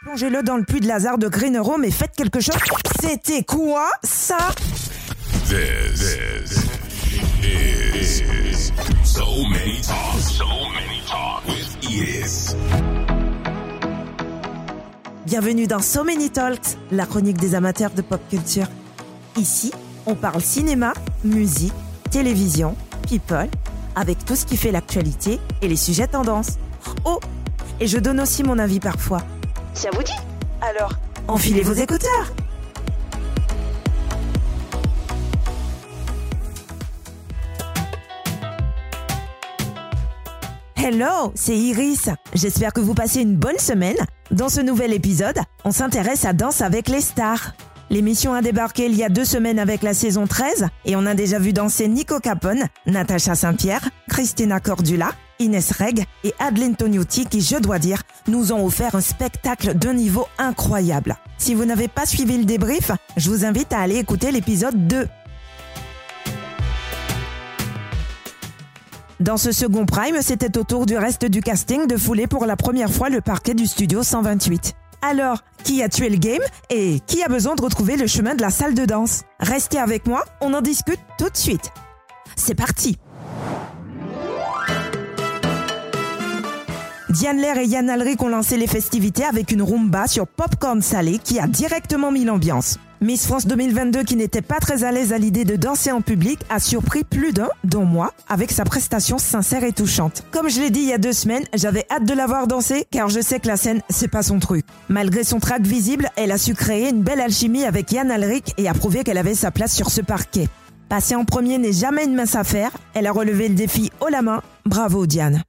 plongez-le dans le puits de Lazare de Green Room et faites quelque chose. C'était quoi ça? This is So Many Talk with Edis. Bienvenue dans So Many Talks, la chronique des amateurs de pop culture. Ici, on parle cinéma, musique, télévision, people, avec tout ce qui fait l'actualité et les sujets tendances. Oh, et je donne aussi mon avis parfois. Ça vous dit? Alors, enfilez vos écouteurs. Hello, c'est Iris. J'espère que vous passez une bonne semaine. Dans ce nouvel épisode, on s'intéresse à Danse avec les stars. L'émission a débarqué il y a 2 semaines avec la saison 13 et on a déjà vu danser Nico Capone, Natacha Saint-Pierre, Christina Cordula, Inès Reg et Adeline Tognuti qui, je dois dire, nous ont offert un spectacle d'un niveau incroyable. Si vous n'avez pas suivi le débrief, je vous invite à aller écouter l'épisode 2. Dans ce second prime, c'était au tour du reste du casting de fouler pour la première fois le parquet du studio 128. Alors, qui a tué le game et qui a besoin de retrouver le chemin de la salle de danse? Restez avec moi, on en discute tout de suite. C'est parti! Diane Lair et Yann Alric ont lancé les festivités avec une rumba sur Popcorn Salé qui a directement mis l'ambiance. Miss France 2022, qui n'était pas très à l'aise à l'idée de danser en public, a surpris plus d'un, dont moi, avec sa prestation sincère et touchante. Comme je l'ai dit il y a 2 semaines, j'avais hâte de la voir danser car je sais que la scène, c'est pas son truc. Malgré son trac visible, elle a su créer une belle alchimie avec Yann Alric et a prouvé qu'elle avait sa place sur ce parquet. Passer en premier n'est jamais une mince affaire, elle a relevé le défi haut la main. Bravo Diane.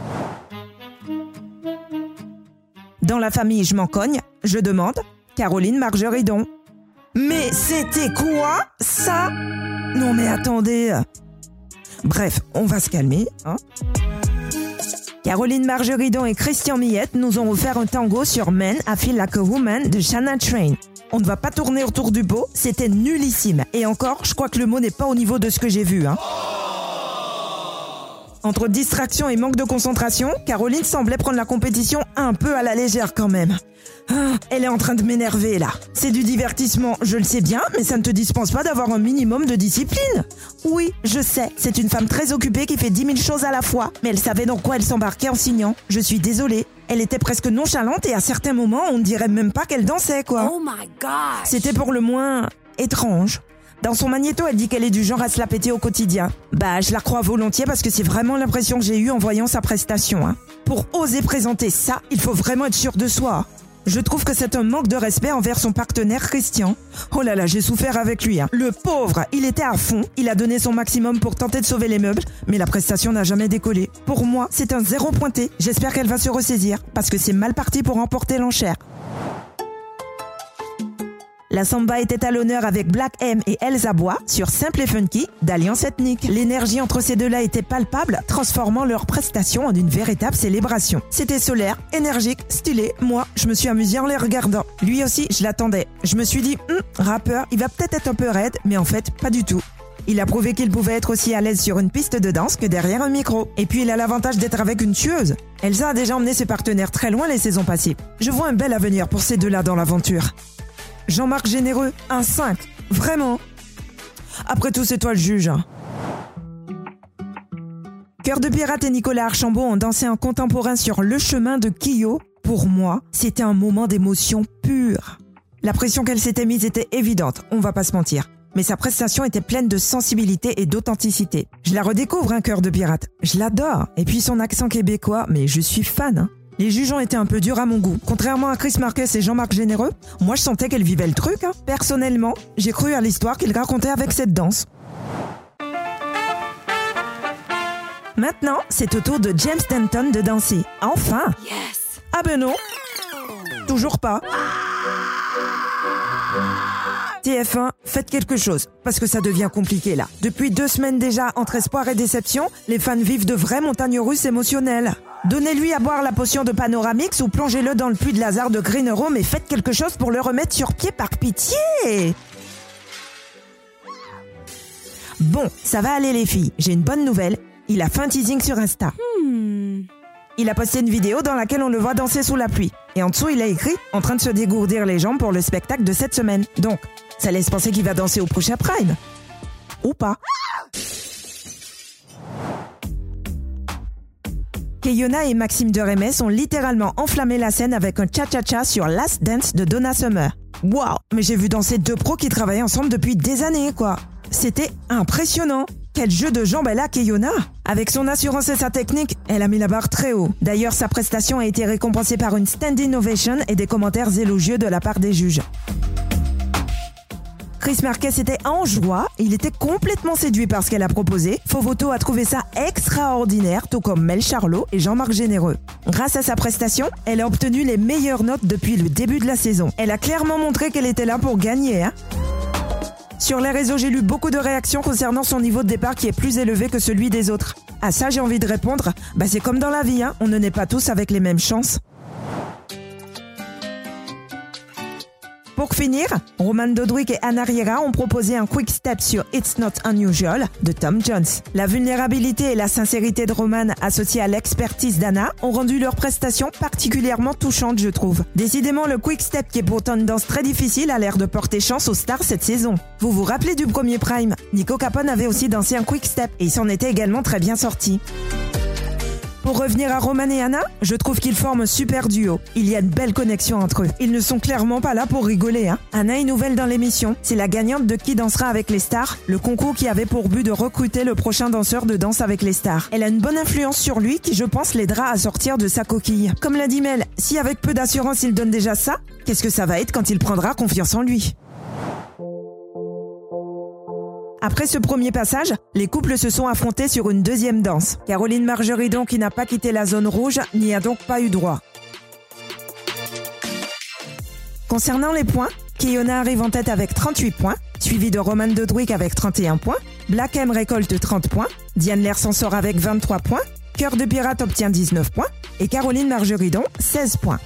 Dans la famille Je m'en cogne, je demande Caroline Margeridon. Mais c'était quoi ça? Non mais attendez. Bref, on va se calmer, hein. Caroline Margeridon et Christian Millette nous ont offert un tango sur Men I Feel Like a Woman de Shania Twain. On ne va pas tourner autour du pot, c'était nullissime. Et encore, je crois que le mot n'est pas au niveau de ce que j'ai vu, hein. Entre distraction et manque de concentration, Caroline semblait prendre la compétition un peu à la légère quand même. Ah, elle est en train de m'énerver là. C'est du divertissement, je le sais bien, mais ça ne te dispense pas d'avoir un minimum de discipline. Oui, je sais, c'est une femme très occupée qui fait 10 000 choses à la fois, mais elle savait dans quoi elle s'embarquait en signant. Je suis désolée. Elle était presque nonchalante et à certains moments, on ne dirait même pas qu'elle dansait, quoi. Oh my gosh! C'était pour le moins étrange. Dans son magnéto, elle dit qu'elle est du genre à se la péter au quotidien. Bah, je la crois volontiers parce que c'est vraiment l'impression que j'ai eue en voyant sa prestation, hein. Pour oser présenter ça, il faut vraiment être sûr de soi. Je trouve que c'est un manque de respect envers son partenaire Christian. Oh là là, j'ai souffert avec lui, hein. Le pauvre, il était à fond, il a donné son maximum pour tenter de sauver les meubles, mais la prestation n'a jamais décollé. Pour moi, c'est un 0 pointé. J'espère qu'elle va se ressaisir, parce que c'est mal parti pour remporter l'enchère. La samba était à l'honneur avec Black M et Elsa Bois sur Simple et Funky d'Alliance Ethnique. L'énergie entre ces deux-là était palpable, transformant leur prestation en une véritable célébration. C'était solaire, énergique, stylé. Moi, je me suis amusée en les regardant. Lui aussi, je l'attendais. Je me suis dit, rappeur, il va peut-être être un peu raide, mais en fait, pas du tout. Il a prouvé qu'il pouvait être aussi à l'aise sur une piste de danse que derrière un micro. Et puis il a l'avantage d'être avec une tueuse. Elsa a déjà emmené ses partenaires très loin les saisons passées. Je vois un bel avenir pour ces deux-là dans l'aventure. Jean-Marc Généreux, un 5. Vraiment. Après tout, c'est toi le juge. Hein. Cœur de Pirate et Nicolas Archambault ont dansé un contemporain sur Le Chemin de Kyo. Pour moi, c'était un moment d'émotion pure. La pression qu'elle s'était mise était évidente, on va pas se mentir. Mais sa prestation était pleine de sensibilité et d'authenticité. Je la redécouvre, un Cœur de Pirate. Je l'adore. Et puis son accent québécois, mais je suis fan, hein. Les juges ont été un peu durs à mon goût. Contrairement à Chris Marquez et Jean-Marc Généreux, moi je sentais qu'elle vivait le truc. Hein. Personnellement, j'ai cru à l'histoire qu'il racontait avec cette danse. Maintenant, c'est au tour de James Denton de danser. Enfin! Yes! Ah ben non! Toujours pas. TF1, faites quelque chose, parce que ça devient compliqué là. Depuis 2 semaines déjà, entre espoir et déception, les fans vivent de vraies montagnes russes émotionnelles. Donnez-lui à boire la potion de Panoramix ou plongez-le dans le puits de Lazare de Green Room et faites quelque chose pour le remettre sur pied par pitié. Bon, ça va aller les filles, j'ai une bonne nouvelle. Il a fait un teasing sur Insta. Il a posté une vidéo dans laquelle on le voit danser sous la pluie. Et en dessous, il a écrit « En train de se dégourdir les jambes pour le spectacle de cette semaine ». Donc, ça laisse penser qu'il va danser au prochain Prime. Ou pas. Keyona et Maxime Derémez ont littéralement enflammé la scène avec un cha-cha-cha sur Last Dance de Donna Summer. Waouh, mais j'ai vu danser deux pros qui travaillent ensemble depuis des années, quoi. C'était impressionnant. Quel jeu de jambes elle a, Keyona! Avec son assurance et sa technique, elle a mis la barre très haut. D'ailleurs, sa prestation a été récompensée par une standing ovation et des commentaires élogieux de la part des juges. Chris Marquez était en joie, il était complètement séduit par ce qu'elle a proposé. Fovoto a trouvé ça extraordinaire, tout comme Mel Charlot et Jean-Marc Généreux. Grâce à sa prestation, elle a obtenu les meilleures notes depuis le début de la saison. Elle a clairement montré qu'elle était là pour gagner, hein. Sur les réseaux, j'ai lu beaucoup de réactions concernant son niveau de départ qui est plus élevé que celui des autres. À ça, j'ai envie de répondre, c'est comme dans la vie, hein, on ne naît pas tous avec les mêmes chances. Pour finir, Roman Dodwick et Anna Riera ont proposé un quick step sur It's Not Unusual de Tom Jones. La vulnérabilité et la sincérité de Roman associée à l'expertise d'Anna ont rendu leur prestation particulièrement touchante, je trouve. Décidément, le quick step, qui est pourtant une danse très difficile, a l'air de porter chance aux stars cette saison. Vous vous rappelez du premier Prime? Nico Capone avait aussi dansé un quick step et il s'en était également très bien sorti. Pour revenir à Roman et Anna, je trouve qu'ils forment un super duo. Il y a une belle connexion entre eux. Ils ne sont clairement pas là pour rigoler, hein. Anna est nouvelle dans l'émission. C'est la gagnante de Qui dansera avec les stars, le concours qui avait pour but de recruter le prochain danseur de Danse avec les stars. Elle a une bonne influence sur lui qui, je pense, l'aidera à sortir de sa coquille. Comme l'a dit Mel, si avec peu d'assurance il donne déjà ça, qu'est-ce que ça va être quand il prendra confiance en lui? Après ce premier passage, les couples se sont affrontés sur une deuxième danse. Caroline Margeridon, qui n'a pas quitté la zone rouge, n'y a donc pas eu droit. Concernant les points, Keyona arrive en tête avec 38 points, suivi de Roman Dodwick avec 31 points, Black M récolte 30 points, Diane Lair s'en sort avec 23 points, Cœur de Pirate obtient 19 points et Caroline Margeridon 16 points.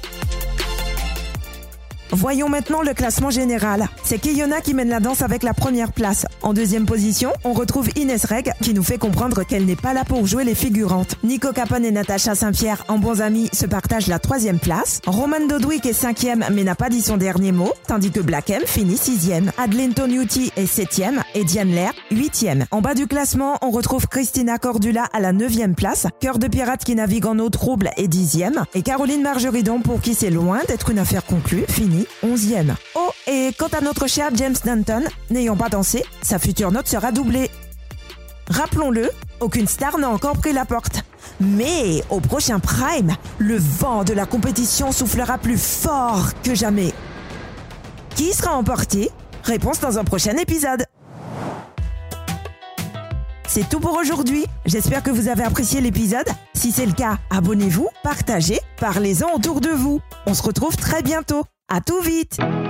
Voyons maintenant le classement général. C'est Keyona qui mène la danse avec la première place. En deuxième position, on retrouve Inès Reg qui nous fait comprendre qu'elle n'est pas là pour jouer les figurantes. Nico Capone et Natacha Saint-Pierre, en bons amis, se partagent la troisième place. Roman Dodwick est cinquième mais n'a pas dit son dernier mot, tandis que Black M finit sixième. Adeline Toniutti est septième et Diane Lair huitième. En bas du classement, on retrouve Christina Cordula à la neuvième place. Cœur de Pirate qui navigue en eau trouble est dixième. Et Caroline Margeridon, pour qui c'est loin d'être une affaire conclue, finit 11e. Oh, et quant à notre cher James Danton, n'ayant pas dansé, sa future note sera doublée. Rappelons-le, aucune star n'a encore pris la porte. Mais au prochain Prime, le vent de la compétition soufflera plus fort que jamais. Qui sera emporté? Réponse dans un prochain épisode. C'est tout pour aujourd'hui. J'espère que vous avez apprécié l'épisode. Si c'est le cas, abonnez-vous, partagez, parlez-en autour de vous. On se retrouve très bientôt. À tout vite!